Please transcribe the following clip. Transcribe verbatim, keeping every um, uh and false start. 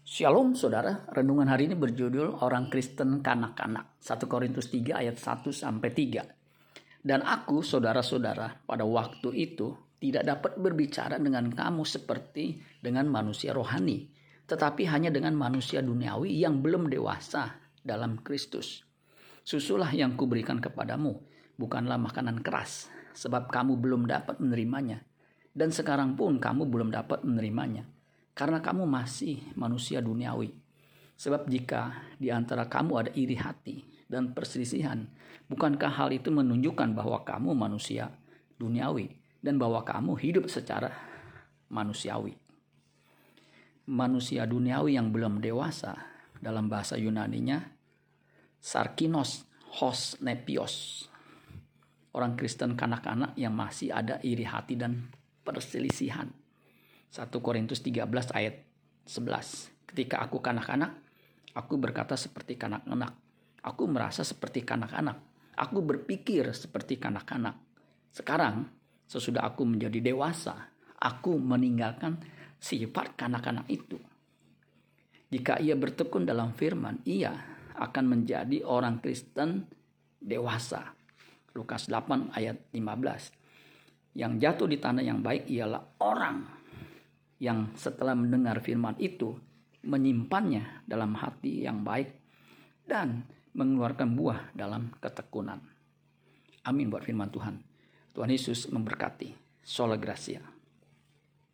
Shalom saudara, renungan hari ini berjudul Orang Kristen Kanak-kanak, satu Korintus tiga ayat satu sampai tiga. Dan aku saudara-saudara pada waktu itu tidak dapat berbicara dengan kamu seperti dengan manusia rohani, tetapi hanya dengan manusia duniawi yang belum dewasa dalam Kristus. Susulah yang kuberikan kepadamu, bukanlah makanan keras, sebab kamu belum dapat menerimanya, dan sekarang pun kamu belum dapat menerimanya. Karena kamu masih manusia duniawi. Sebab jika di antara kamu ada iri hati dan perselisihan, bukankah hal itu menunjukkan bahwa kamu manusia duniawi dan bahwa kamu hidup secara manusiawi? Manusia duniawi yang belum dewasa, dalam bahasa Yunaninya sarkinos hos nepios. Orang Kristen kanak-kanak yang masih ada iri hati dan perselisihan. satu Korintus tiga belas ayat sebelas. Ketika aku kanak-kanak, aku berkata seperti kanak-kanak. Aku merasa seperti kanak-kanak. Aku berpikir seperti kanak-kanak. Sekarang, sesudah aku menjadi dewasa, aku meninggalkan sifat kanak-kanak itu. Jika ia bertekun dalam firman, ia akan menjadi orang Kristen dewasa. Lukas delapan ayat lima belas. Yang jatuh di tanah yang baik ialah orang yang setelah mendengar firman itu menyimpannya dalam hati yang baik dan mengeluarkan buah dalam ketekunan. Amin buat firman Tuhan. Tuhan Yesus memberkati. Sola Gracia.